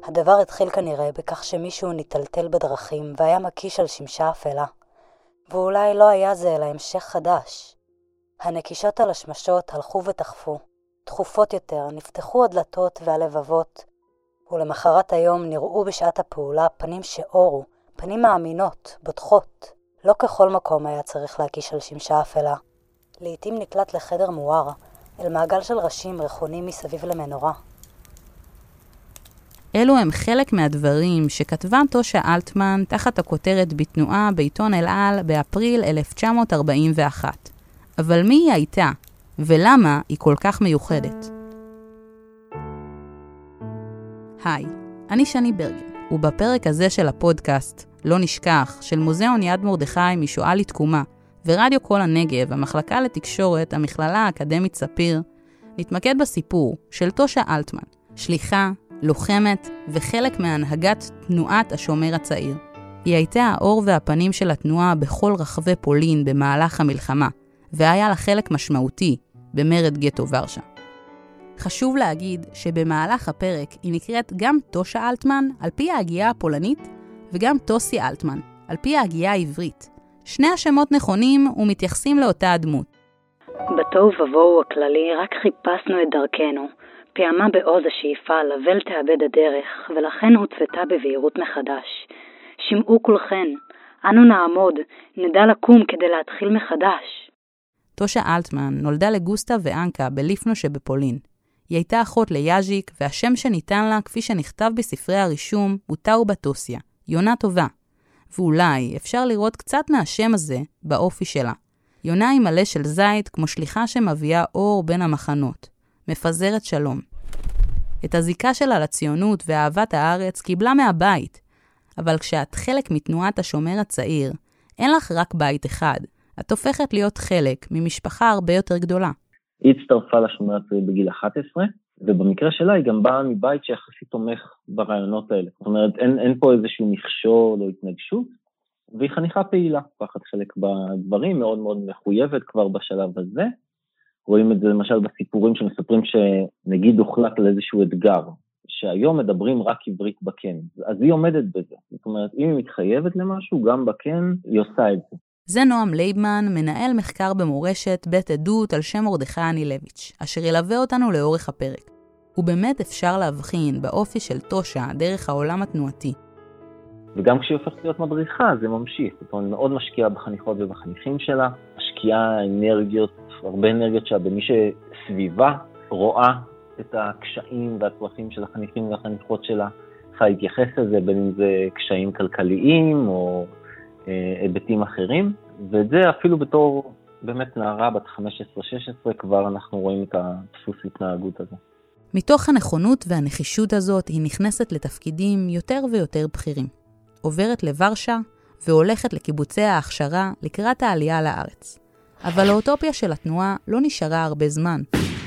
הדבר התחיל כנראה בכך שמישהו נטלטל בדרכים והיה מקיש על שמשה אפלה. ואולי לא היה זה אלא המשך חדש. הנקישות על השמשות הלכו ותחפו, תכופות יותר, נפתחו הדלתות והלבבות, ולמחרת היום נראו בשעת הפעולה פנים שאורו, פנים מאמינות, בוטחות. לא ככל מקום היה צריך להקיש על שמשה אפלה. לעתים נקלט לחדר מואר, אל מעגל של ראשים רכונים מסביב למנורה. אלו הם חלק מהדברים שכתבה טושה אלטמן תחת הכותרת בתנועה בעיתון אל על באפריל 1941. אבל מי היא הייתה? ולמה היא כל כך מיוחדת? היי, אני שני ברגן, ובפרק הזה של הפודקאסט, לא נשכח, של מוזיאון יד מרדכי משואה לתקומה, ורדיו כל הנגב, המחלקה לתקשורת, המכללה האקדמית ספיר, נתמקד בסיפור של טושה אלטמן, שליחה, לוחמת וחלק מהנהגת תנועת השומר הצעיר. היא הייתה האור והפנים של התנועה בכל רחבי פולין במהלך המלחמה, והיה לה חלק משמעותי במרד גטו ורשה. חשוב להגיד שבמהלך הפרק היא נקראת גם טושה אלטמן על פי ההגייה הפולנית, וגם טוסי אלטמן על פי ההגייה העברית. שני השמות נכונים ומתייחסים לאותה הדמות. בתוהו ובוהו הכללי רק חיפשנו את דרכנו. פעמה בעוז השאיפה לבל תאבד הדרך, ולכן הוצפתה בבהירות מחדש. שמעו כולכן, אנו נעמוד, נדע לקום כדי להתחיל מחדש. טושה אלטמן נולדה לגוסטה ואנקה בליפנו שבפולין. היא הייתה אחות ליאז'יק, והשם שניתן לה, כפי שנכתב בספרי הרישום, הוא טאובטוסיה, יונה טובה. ואולי אפשר לראות קצת מהשם הזה באופי שלה. יונה היא מלא של זית כמו שליחה שמביאה אור בין המחנות. מפזרת שלום. את הזיקה שלה לציונות ואהבת הארץ קיבלה מהבית, אבל כשאת חלק מתנועת השומר הצעיר, אין לך רק בית אחד, את הופכת להיות חלק ממשפחה הרבה יותר גדולה. היא הצטרפה לשומר הצעיר בגיל 11, ובמקרה שלה היא גם באה מבית שיחסית תומך ברעיונות האלה. זאת אומרת, אין פה איזשהו מכשול או התנגשות, והיא חניכה פעילה, פחד חלק בדברים, מאוד מאוד מחויבת כבר בשלב הזה. רואים את זה למשל בסיפורים שמספרים שנגיד הוחלט על איזשהו אתגר, שהיום מדברים רק עברית בקן, אז היא עומדת בזה. זאת אומרת, אם היא מתחייבת למשהו, גם בקן היא עושה את זה. זה נועם לייבמן, מנהל מחקר במורשת בית עדות על שם מרדכי אנילביץ', אשר ילווה אותנו לאורך הפרק. ובאמת אפשר להבחין באופי של טושה דרך העולם התנועתי. וגם כשהיא הופכת להיות מדריכה, זה ממשיך. זאת אומרת, מאוד משקיעה בחניכות ובחניכים שלה, משקיעה אנרגיות, הרבה אנרגיות שלה במי שסביבה רואה את הקשיים והצרכים של החניכים והחניכות שלה, צריכה להתייחס לזה, בין אם זה קשיים כלכליים או היבטים אחרים, ואת זה אפילו בתור באמת נערה בת 15-16 כבר אנחנו רואים את הדפוס התנהגות הזה. מתוך הנכונות והנחישות הזאת היא נכנסת לתפקידים יותר ויותר בכירים. עוברת לוורשה והולכת לקיבוצי ההכשרה לקראת העלייה לארץ. אבל האוטופיה של התנועה לא נשארה הרבה זמן.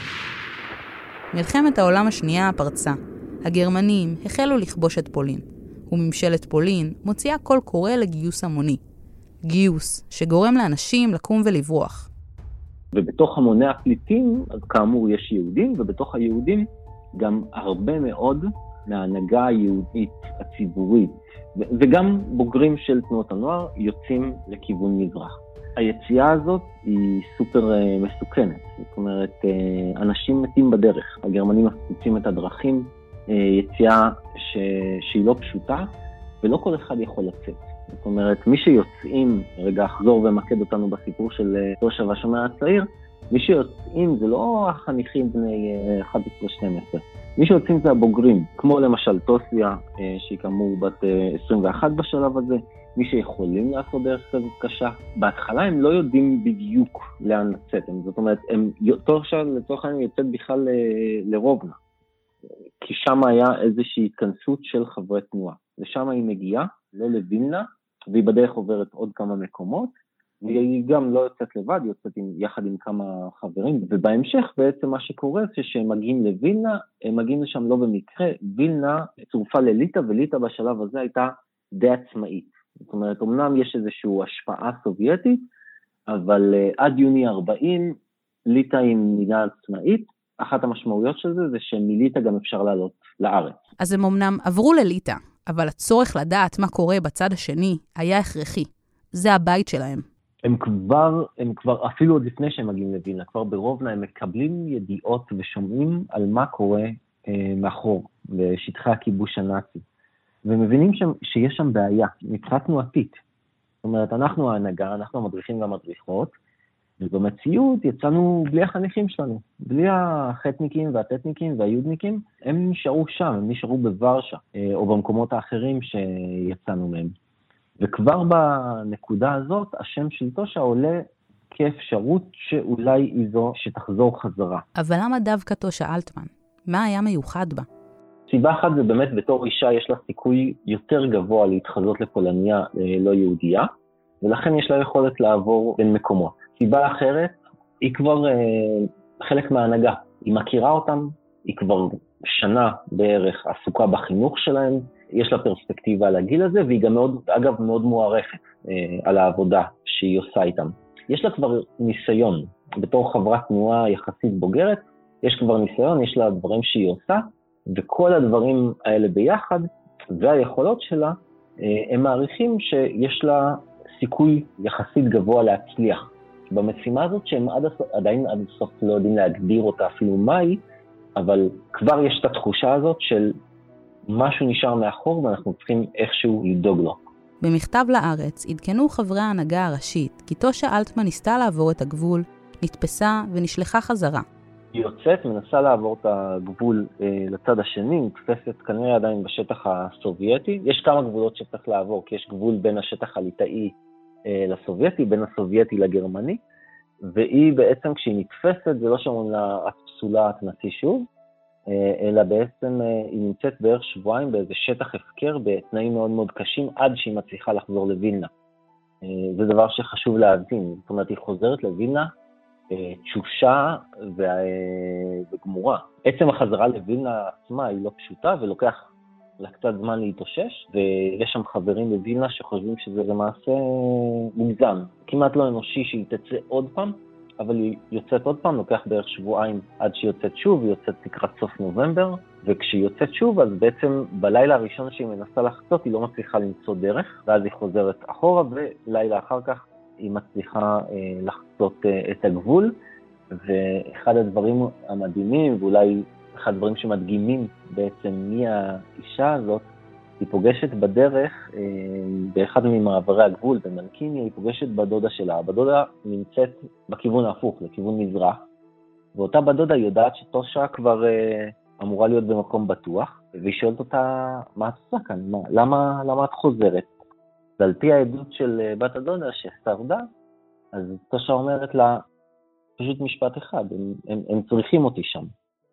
מלחמת העולם השנייה פרצה. הגרמנים החלו לכבוש את פולין. וממשלת פולין מוציאה קול קורא לגיוס המוני. גיוס שגורם לאנשים לקום ולברוח. ובתוך המוני הפליטים, אז כאמור יש יהודים, ובתוך היהודים גם הרבה מאוד מההנהגה היהודית הציבורית, וגם בוגרים של תנועות הנוער יוצאים לכיוון מזרח. היציאה הזאת היא סופר מסוכנת, זאת אומרת, אנשים מתים בדרך, הגרמנים מפציצים את הדרכים, יציאה שהיא לא פשוטה, ולא כל אחד יכול לצאת. זאת אומרת, מי שיוצאים, רגע אחזור ומקד אותנו בסיפור של טושה והשומר הצעיר, מי שיוצאים זה לא החניכים בני 11-12, מי שיוצאים זה הבוגרים, כמו למשל טוסיה, שהיא כאמור בת 21 בשלב הזה, מי שיכולים לעשות דרך כזאת קשה. בהתחלה הם לא יודעים בדיוק לאן לצאת, זאת אומרת, טושה לצורך העניין יוצאת בכלל לרובנה, כי שם היה איזושהי התכנסות של חברי תנועה, ושם היא מגיעה, לא לווילנה, והיא בדרך עוברת עוד כמה מקומות, והיא גם לא יוצאת לבד, היא יוצאת יחד עם כמה חברים, ובהמשך בעצם מה שקורה זה שהם מגיעים לווילנה, הם מגיעים לשם לא במקרה, וילנה צורפה לליטא, וליטא בשלב הזה הייתה די עצמאית. זאת אומרת, אמנם יש איזושהי השפעה סובייטית, אבל עד יוני 40, ליטא היא מדינה עצמאית, אחת המשמעויות של זה שמליטא גם אפשר לעלות לארץ. אז הם אמנם עברו לליטא, אבל הצורך לדעת מה קורה בצד השני היה הכרחי. זה הבית שלהם. הם כבר, אפילו עוד לפני שהם מגיעים לווילנה, כבר ברובנה הם מקבלים ידיעות ושומעים על מה קורה מאחור, בשטחי הכיבוש הנאצי. ומבינים שיש שם בעיה, מבחינת תנועתית. זאת אומרת, אנחנו ההנהגה, אנחנו המדריכים והמדריכות, ובמציאות יצאנו בלי החניכים שלנו, בלי החטניקים והטטניקים והיודניקים, הם נשארו שם, הם נשארו בוורשה, או במקומות האחרים שיצאנו מהם. וכבר בנקודה הזאת, השם של טושה עולה כאפשרות שאולי היא זו שתחזור חזרה. אבל למה דווקא טושה אלטמן? מה היה מיוחד בה? סיבה אחת זה באמת בתור אישה יש לה סיכוי יותר גבוה להתחזות לפולניה לא יהודייה, ולכן יש לה יכולת לעבור בין מקומות. סיבה אחרת, היא כבר חלק מההנהגה. היא מכירה אותם, היא כבר שנה בערך עסוקה בחינוך שלהם, יש לה פרספקטיבה על הגיל הזה, והיא גם מאוד, אגב, מאוד מוערכת על העבודה שהיא עושה איתם. יש לה כבר ניסיון, בתור חברת תנועה יחסית בוגרת, יש כבר ניסיון, יש לה דברים שהיא עושה, וכל הדברים האלה ביחד, והיכולות שלה, הם מעריכים שיש לה סיכוי יחסית גבוה להצליח. במשימה הזאת שהם עדיין עד הסוף לא יודעים להגדיר אותה אפילו מהי, אבל כבר יש את התחושה הזאת של משהו נשאר מאחור ואנחנו צריכים איכשהו לדאוג לו. במכתב לארץ עדכנו חברי ההנהגה הראשית כי טושה אלטמן ניסתה לעבור את הגבול, נתפסה ונשלחה חזרה. היא יוצאת, מנסה לעבור את הגבול לצד השני, נתפסת כנראה עדיין בשטח הסובייטי. יש כמה גבולות שצריך לעבור, כי יש גבול בין השטח הליטאי לסובייטי, בין הסובייטי לגרמני, והיא בעצם כשהיא נתפסת, זה לא שאומרים לה את פסולה, את נסי שוב, אלא בעצם היא נמצאת בערך שבועיים באיזה שטח הפקר, בתנאים מאוד מאוד קשים, עד שהיא מצליחה לחזור לווילנה. זה דבר שחשוב להבין, זאת אומרת, היא חוזרת לווילנה, תשושה וגמורה. עצם החזרה לווילנה עצמה היא לא פשוטה, ולוקח לה קצת זמן להתאושש, ויש שם חברים בווילנה שחושבים שזה למעשה מוגזם. כמעט לא אנושי שהיא תצא עוד פעם, אבל היא יוצאת עוד פעם, לוקח בערך שבועיים עד שהיא יוצאת שוב, היא יוצאת לקראת סוף נובמבר, וכשהיא יוצאת שוב, אז בעצם בלילה הראשון שהיא מנסה לחצות, היא לא מצליחה למצוא דרך, ואז היא חוזרת אחורה, ולילה אחר כך היא מצליחה לחצות את הגבול, ואחד הדברים המדהימים, ואולי אחד הדברים שמדגימים בעצם מי האישה הזאת, היא פוגשת בדרך, באחד ממעברי הגבול, במנקיניה, היא פוגשת בדודה שלה. הבדודה נמצאת בכיוון ההפוך, לכיוון מזרח, ואותה בדודה יודעת שטושה כבר אמורה להיות במקום בטוח, והיא שואלת אותה, מה את עושה כאן? למה את חוזרת? ועל פי העדות של בת הדודה ששרדה, אז טושה אומרת לה, פשוט משפט אחד, הם צריכים אותי שם.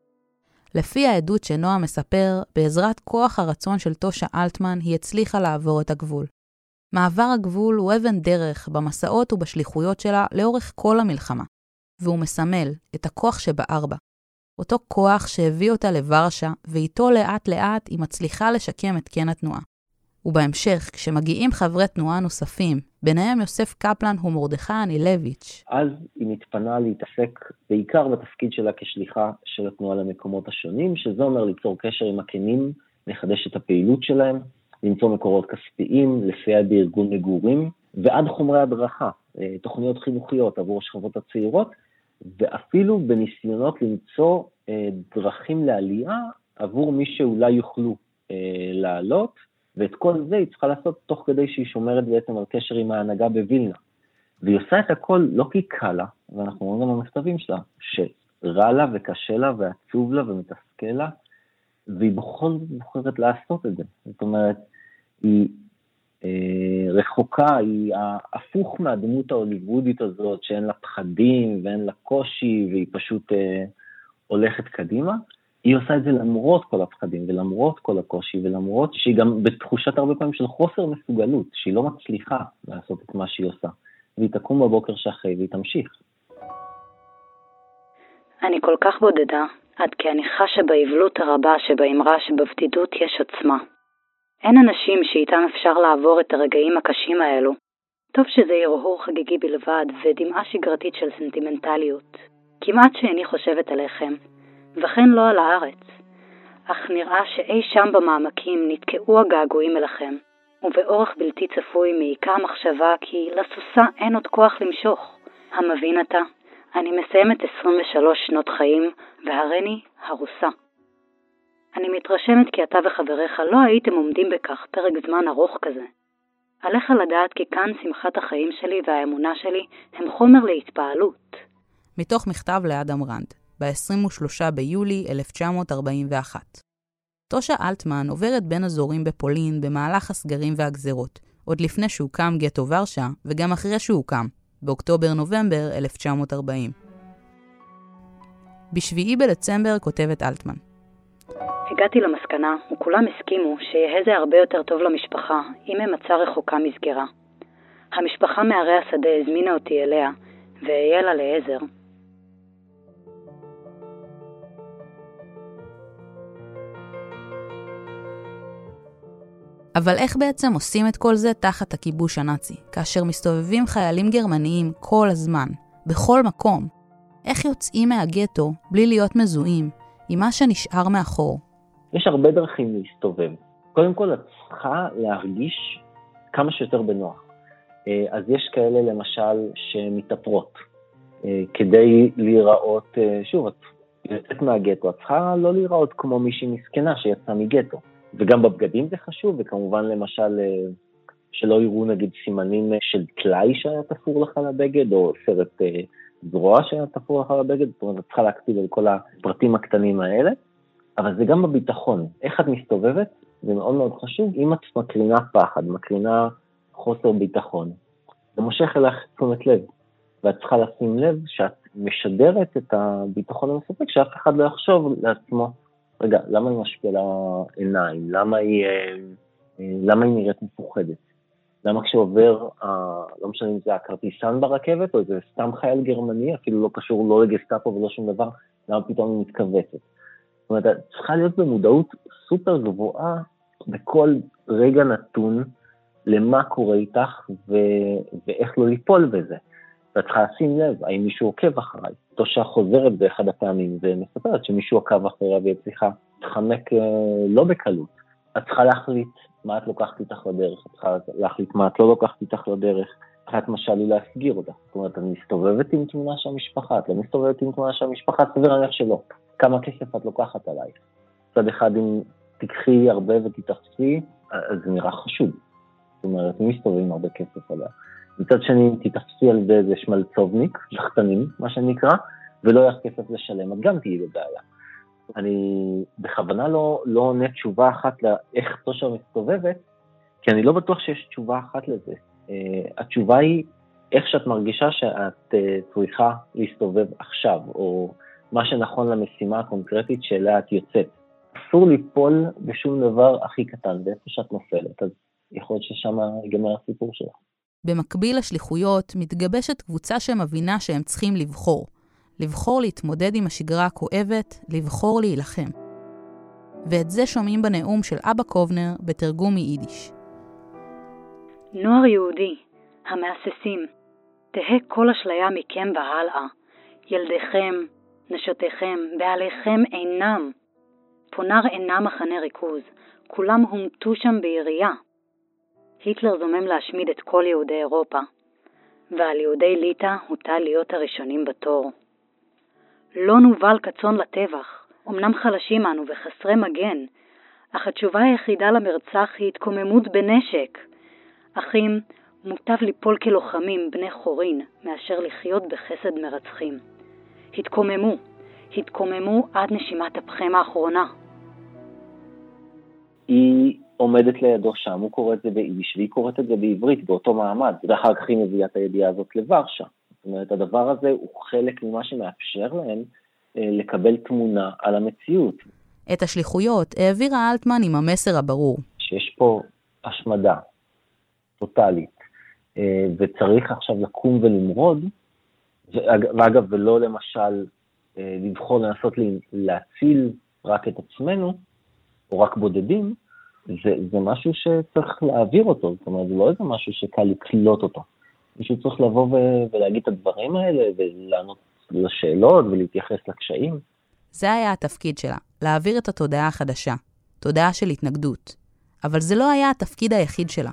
לפי העדות שנועה מספר, בעזרת כוח הרצון של טושה אלטמן היא הצליחה לעבור את הגבול. מעבר הגבול הוא אבן דרך במסעות ובשליחויות שלה לאורך כל המלחמה, והוא מסמל את הכוח שבער בה. אותו כוח שהביא אותה לוורשה, ואיתו לאט לאט היא מצליחה לשקם את קן התנועה. ובהמשך, כשמגיעים חברי תנועה נוספים, ביניהם יוסף קפלן ומרדכי אנילביץ', אז היא מתפנה להתעסק בעיקר בתפקיד שלה כשליחה של התנועה למקומות השונים, שזה אומר ליצור קשר עם הקנים, לחדש את הפעילות שלהם, למצוא מקורות כספיים, לסייע בארגון מגורים, ועד חומרי הדרכה, תוכניות חינוכיות עבור השכבות הצעירות, ואפילו בניסיונות למצוא דרכים לעלייה עבור מי שאולי יוכלו לעלות, ואת כל זה היא צריכה לעשות תוך כדי שהיא שומרת בעצם על קשר עם ההנהגה בווילנה. והיא עושה את הכל לא כי קל לה, ואנחנו רואים גם במכתבים שלה, שרע לה וקשה לה ועצוב לה ומתסכל לה, והיא בכל זאת בוחרת לעשות את זה. זאת אומרת, היא רחוקה, היא הפוך מהדמות ההוליוודית הזאת, שאין לה פחדים ואין לה קושי, והיא פשוט הולכת קדימה. היא עושה את זה למרות כל הפחדים ולמרות כל הקושי, ולמרות שהיא גם בתחושת הרבה פעמים של חוסר מסוגלות, שהיא לא מצליחה לעשות את מה שהיא עושה. והיא תקום בבוקר שאחרי והיא תמשיך. אני כל כך בודדה, עד כי אני חשה בהבלות הרבה שבאמרה שבבדידות יש עוצמה. אין אנשים שאיתם אפשר לעבור את הרגעים הקשים האלו. טוב שזה הרהור חגיגי בלבד ודמעה שגרתית של סנטימנטליות. כמעט שאיני חושבת עליכם, וכן לא על הארץ. אך נראה שאי שם במעמקים נתקעו הגעגועים אליכם, ובאורך בלתי צפוי מעיקה המחשבה כי לסוסה אין עוד כוח למשוך. המבין אתה, אני מסיימת 23 שנות חיים, והרני הרוסה. אני מתרשמת כי אתה וחבריך לא הייתם עומדים בכך פרק זמן ארוך כזה. עליך לדעת כי כאן שמחת החיים שלי והאמונה שלי הם חומר להתפעלות. מתוך מכתב לאדם רנד, ב-23 ביולי 1941. טושה אלטמן עוברת בין אזורים בפולין במהלך הסגרים והגזרות, עוד לפני שהוקם גטו ורשה וגם אחרי שהוקם, באוקטובר-נובמבר 1940. ב7 בדצמבר כותבת אלטמן. הגעתי למסקנה, וכולם הסכימו שיהיה זה הרבה יותר טוב למשפחה אם המצאה רחוקה מסגרה. המשפחה מערי השדה הזמינה אותי אליה, ואהיה לה לעזר. אבל איך בעצם עושים את כל זה תחת הכיבוש הנאצי, כאשר מסתובבים חיילים גרמניים כל הזמן, בכל מקום? איך יוצאים מהגטו בלי להיות מזוהים עם מה שנשאר מאחור? יש הרבה דרכים להסתובב. קודם כל, את צריכה להרגיש כמה שיותר בנוח. אז יש כאלה למשל שמתאפרות, כדי להיראות, שוב, את יוצאת מהגטו, את צריכה לא להיראות כמו מישהי מסכנה שיצאה מגטו. וגם בבגדים זה חשוב, וכמובן למשל שלא יראו נגיד סימנים של טלאי שהיה תפור לך לבגד, או סרט זרוע שהיה תפור לך לבגד, זאת אומרת, את צריכה להקפיד על כל הפרטים הקטנים האלה, אבל זה גם בביטחון. איך את מסתובבת? זה מאוד מאוד חשוב. אם את מקרינה פחד, מקרינה חוסר ביטחון, זה מושך אליך תשומת לב, ואת צריכה לשים לב שאת משדרת את הביטחון המספק, שאף אחד לא יחשוב לעצמו, רגע, למה היא משפיעה על העיניים? למה היא נראית מפוחדת? למה כשעובר, לא משנה אם זה הכרטיסן ברכבת, או זה סתם חייל גרמני, אפילו לא קשור לא לגסטאפו ולא שום דבר, למה פתאום היא מתכווצת? זאת אומרת, צריכה להיות במודעות סופר גבוהה בכל רגע נתון למה קורה איתך ואיך לא ליפול בזה. ואת צריכה לשים לב, האם מישהו עוקב אחריי? טושה חוזרת באחד הפעמים ומספרת שמישהו עקב אחריה והיא צריכה להתחמק לא בקלות. את צריכה להחליט מה את לוקחת איתך לדרך, את צריכה להחליט מה את לא לוקחת איתך לדרך, אחת משל היא להסגיר אותך. זאת אומרת, את מסתובבת עם תמונה של המשפחה, את לא מסתובבת עם תמונה של המשפחה, סביר להניח שלא. כמה כסף את לוקחת עליי? צד אחד, אם תקחי הרבה ותתאכסי, אז זה נראה חשוב. זאת אומרת, אם מסתובבים הרבה כסף עליה. מצד שני, תתאפסי על זה איזה שמלצובניק, שחטנים, מה שנקרא, ולא יהיה כסף לשלם, את גם תהיי בבעיה. אני בכוונה לא עונה תשובה אחת לאיך טושה מסתובבת, כי אני לא בטוח שיש תשובה אחת לזה. התשובה היא איך שאת מרגישה שאת צריכה להסתובב עכשיו, או מה שנכון למשימה הקונקרטית שאליה את יוצאת. אסור ליפול בשום דבר הכי קטן, ואיפה שאת נופלת, אז יכול להיות ששם ייגמר הסיפור שלך. במקביל לשליחויות מתגבשת קבוצה שמבינה שהם צריכים לבחור. לבחור להתמודד עם השגרה הכואבת, לבחור להילחם. ואת זה שומעים בנאום של אבא קובנר בתרגום מיידיש. נוער יהודי, המאססים, תהה כל אשליה מכם והלאה. ילדיכם, נשותיכם, בעליכם אינם. פונר אינם מחנה ריכוז, כולם הומתו שם בעירייה. היטלר זומם להשמיד את כל יהודי אירופה, ועל יהודי ליטא הוטל להיות הראשונים בתור. לא נובל כצאן לטבח, אמנם חלשים אנו וחסרי מגן, אך התשובה היחידה למרצח היא התקוממות בנשק. אחים, מוטב ליפול כלוחמים בני חורין, מאשר לחיות בחסד מרצחים. התקוממו עד נשימת אפכם האחרונה. היא עומדת לידו שם, הוא קורא את זה ביידיש, והיא קוראת את זה בעברית, באותו מעמד, ואחר כך היא מביאה את הידיעה הזאת לוורשה. זאת אומרת, הדבר הזה הוא חלק ממה שמאפשר להם לקבל תמונה על המציאות. את השליחויות העבירה אלטמן עם המסר הברור. שיש פה השמדה טוטלית, וצריך עכשיו לקום ולמרוד, ואגב, ולא למשל לבחור לנסות להציל רק את עצמנו, או רק בודדים, זה משהו שצריך להעביר אותו, זאת אומרת, זה לא איזה משהו שקל לקלוט אותו. מישהו צריך לבוא ולהגיד את הדברים האלה, ולענות לשאלות ולהתייחס לקשיים. זה היה התפקיד שלה, להעביר את התודעה החדשה, תודעה של התנגדות. אבל זה לא היה התפקיד היחיד שלה.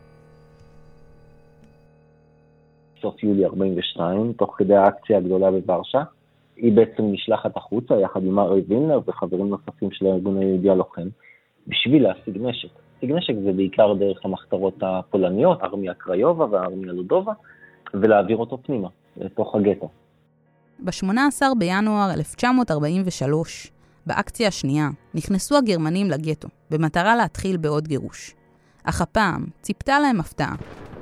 סוף יולי 42, תוך כדי האקציה הגדולה בוורשה, היא בעצם נשלחת החוצה יחד עם ארי וילנר וחברים נוספים של הארגון היהודי הלוחם, בשביל להשיג נשק. להשיג נשק זה בעיקר דרך המחתרות הפולניות, ארמיה קריובה וארמיה לודובה, ולהעביר אותו פנימה, לתוך הגטו. ב-18 בינואר 1943, באקציה השנייה, נכנסו הגרמנים לגטו, במטרה להתחיל בעוד גירוש. אך הפעם ציפתה להם הפתעה.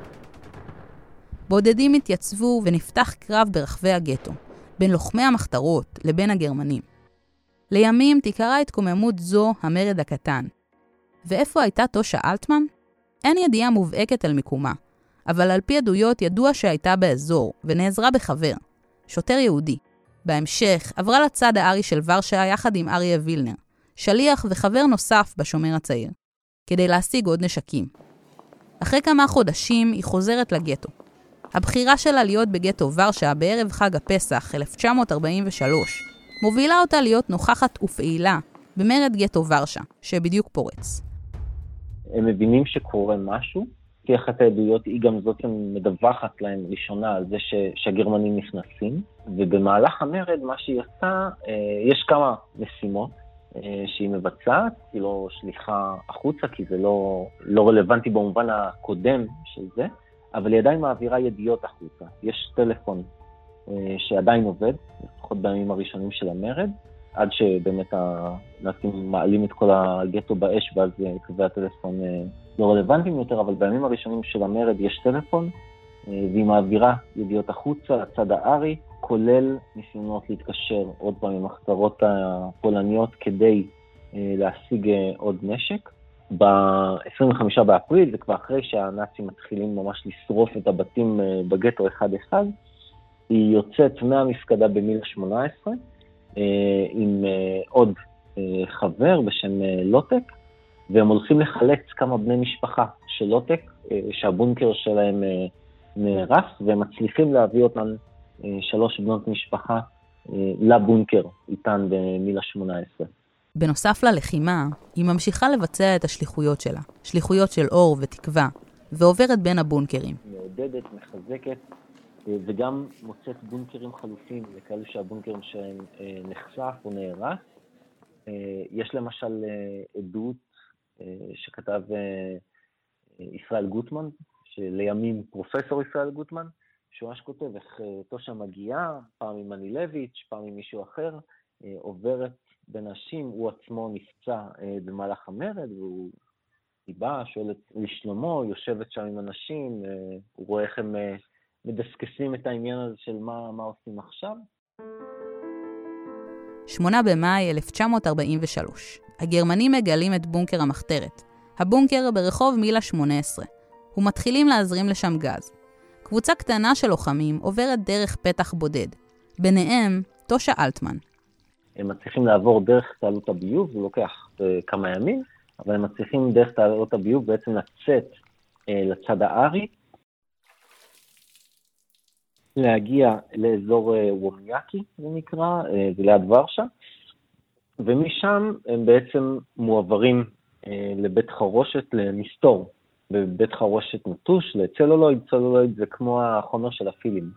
בודדים התייצבו ונפתח קרב ברחבי הגטו, בין לוחמי המחתרות לבין הגרמנים. לימים תיקרא התקוממות זו המרד הקטן. ואיפה הייתה טושה אלטמן? אין ידיעה מובהקת על מיקומה, אבל על פי עדויות ידוע שהייתה באזור ונעזרה בחבר, שוטר יהודי. בהמשך עברה לצד הארי של ורשה יחד עם אריה וילנר, שליח וחבר נוסף בשומר הצעיר, כדי להשיג עוד נשקים. אחרי כמה חודשים היא חוזרת לגטו. הבחירה שלה להיות בגטו ורשה בערב חג הפסח 1943 מובילה אותה להיות נוכחת ופעילה במרד גטו ורשה, שבדיוק פורץ. הם מבינים שקורה משהו, כי אחת העדויות היא גם זאת שמדווחת להם ראשונה על זה שהגרמנים נכנסים, ובמהלך המרד מה שהיא עשתה, יש כמה משימות שהיא מבצעת, היא לא שליחה החוצה, כי זה לא רלוונטי במובן הקודם של זה, אבל היא עדיין מעבירה ידיעות החוצה. יש טלפון שעדיין עובד, לפחות בימים הראשונים של המרד, עד שבאמת הנאצים מעלים את כל הגטו באש, ואז קווי הטלפון לא רלוונטיים יותר, אבל בימים הראשונים של המרד יש טלפון, והיא מעבירה ידיעות החוצה לצד הארי, כולל ניסיונות להתקשר עוד פעם עם המחתרות הפולניות כדי להשיג עוד נשק. ב-25 באפריל, זה כבר אחרי שהנאצים מתחילים ממש לשרוף את הבתים בגטו אחד-אחד, היא יוצאת מהמפקדה במילה 18, עם עוד חבר בשם לוטק, והם הולכים לחלץ כמה בני משפחה של לוטק, שהבונקר שלהם נהרס, והם מצליחים להביא אותן 3 בנות משפחה לבונקר איתן במילה 18. בנוסף ללחימה, היא ממשיכה לבצע את השליחויות שלה, שליחויות של אור ותקווה, ועוברת בין הבונקרים. מעודדת, מחזקת, וגם מוצאת בונקרים חלופים לכאלה שהבונקר שלהם נחשף או נהרס. יש למשל עדות שכתב ישראל גוטמן, שלימים פרופסור ישראל גוטמן, שהוא ממש כותב איך טושה מגיעה, פעם עם מנילביץ', פעם עם מישהו אחר, עוברת בנשים, הוא עצמו נפצע במהלך המרד, היא באה, שואלת לשלומו, יושבת שם עם אנשים, הוא רואה איך הם מדסקסים את העניין הזה של מה עושים עכשיו. 8 במאי 1943, הגרמנים מגלים את בונקר המחתרת, הבונקר ברחוב מילה 18, ומתחילים להזרים לשם גז. קבוצה קטנה של לוחמים עוברת דרך פתח בודד, ביניהם טושה אלטמן. הם מצליחים לעבור דרך תעלות הביוב, זה לוקח כמה ימים, אבל הם מצליחים דרך תעלות הביוב בעצם לצאת לצד הארי, להגיע לאזור וומיאקי, זה נקרא, וליד ורשה, ומשם הם בעצם מועברים לבית חרושת, למסתור, בבית חרושת נטוש, לצלולויד. צלולויד זה כמו החומר של הפילים.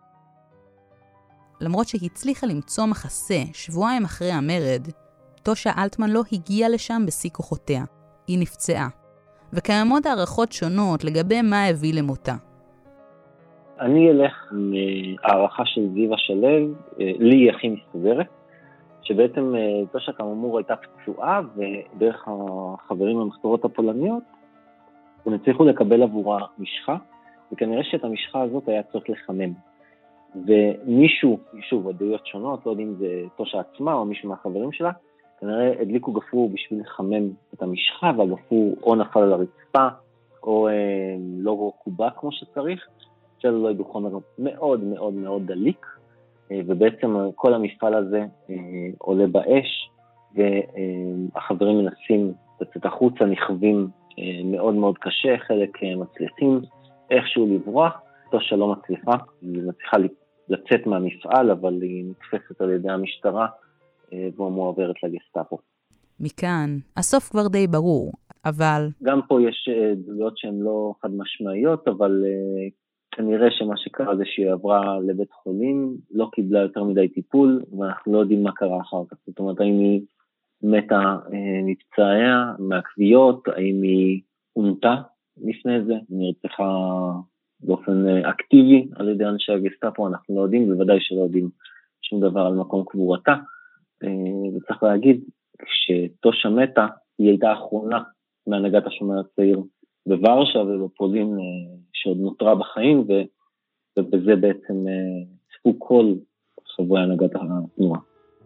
למרות שהצליחה למצוא מחסה שבועיים אחרי המרד, טושה אלטמן לא הגיעה לשם בשיא כוחותיה. היא נפצעה. וקיימות הערכות שונות לגבי מה הביא למותה. אני אלך מהערכה של זיווה שלו, לי הכי מסתברת, שבעצם טושה כאמור הייתה פצועה, ודרך החברים המחתרות הפולניות, הם הצליחו לקבל עבורה משחה, וכנראה שאת המשחה הזאת היה צריך לחמם. ומישהו, שוב, עדויות שונות, לא יודעים אם זה טושה עצמה או מישהו מהחברים שלה, כנראה הדליקו גפרור בשביל לחמם את המשחה, והגפרור או נפל על הרצפה, או לא קובע כמו שצריך, שלא ידעו חומר מאוד מאוד מאוד דליק, ובעצם כל המפעל הזה עולה באש, והחברים מנסים לצאת החוצה, נכווים מאוד מאוד קשה, חלק מצליחים איכשהו לברוח, טושה לא מצליחה, היא מצליחה לצאת מהמפעל, אבל היא נתפסת על ידי המשטרה ומועברת לגסטאפו. מכאן, הסוף כבר די ברור, אבל... גם פה יש דמויות שהן לא חד משמעיות, אבל כנראה שמה שקרה זה שהיא עברה לבית חולים, לא קיבלה יותר מדי טיפול, ואנחנו לא יודעים מה קרה אחר כך. זאת אומרת, האם היא מתה מפצעיה, מהכוויות, האם היא עונתה לפני זה, נרצחה באופן אקטיבי על ידי אנשי הגסטאפו, אנחנו לא יודעים, בוודאי שלא יודעים שום דבר על מקום קבורתה. וצריך להגיד, כשטושה מתה, היא הייתה האחרונה מהנהגת השומר הצעיר בוורשה ובפולין שעוד נותרה בחיים, ובזה בעצם צפו כל חברי הנהגת התנועה.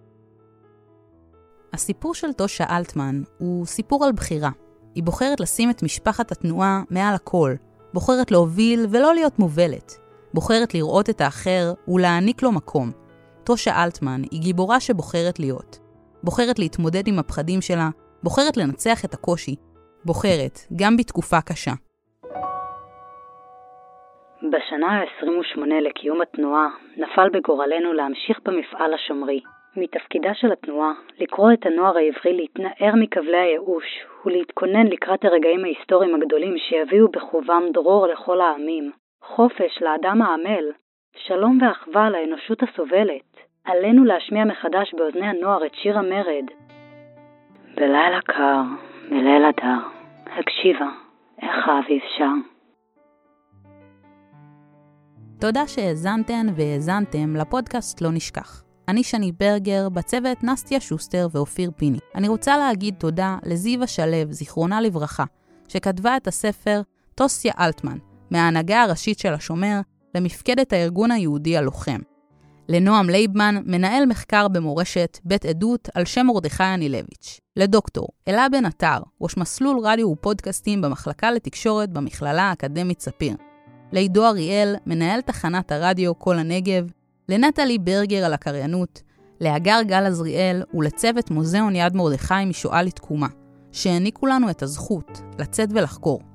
הסיפור של טושה אלטמן הוא סיפור על בחירה. היא בוחרת לשים את משפחת התנועה מעל הכל, בוחרת להוביל ולא להיות מובלת, בוחרת לראות את האחר ולהעניק לו מקום. טושה אלטמן היא גיבורה שבוחרת להיות. בוחרת להתמודד עם הפחדים שלה, בוחרת לנצח את הקושי, בוחרת גם בתקופה קשה. בשנה ה-28 לקיום התנועה נפל בגורלנו להמשיך במפעל השומרי. מתפקידה של התנועה לקרוא את הנוער העברי להתנער מכבלי הייאוש ולהתכונן לקראת הרגעים ההיסטוריים הגדולים שיביאו בחובם דרור לכל העמים, חופש לאדם העמל, שלום ואחווה לאנושות הסובלת. עלינו להשמיע מחדש באוזני הנוער את שיר המרד. בלילה קר, בליל הדר, הקשיבה, איך האביב שר. תודה שהאזנתן והאזנתם לפודקאסט לא נשכח. אני שני ברגר, בצוות נסטיה שוסטר ואופיר פיני. אני רוצה להגיד תודה לזיווה שלב, זיכרונה לברכה, שכתבה את הספר טוסיה אלטמן, מההנהגה הראשית של השומר, למפקדת הארגון היהודי הלוחם. לנועם לייבמן, מנהל מחקר במורשת בית עדות על שם מרדכי אנילביץ'. לדוקטור אלה בן עטר, ראש מסלול רדיו ופודקאסטים במחלקה לתקשורת במכללה האקדמית ספיר. לעידו אריאל, מנהל תחנת הרדיו כל הנגב, לנטלי ברגר על הקריינות, להגר גל עזריאל ולצוות מוזיאון יד מרדכי משואה לתקומה, שהעניקו לנו את הזכות לצאת ולחקור.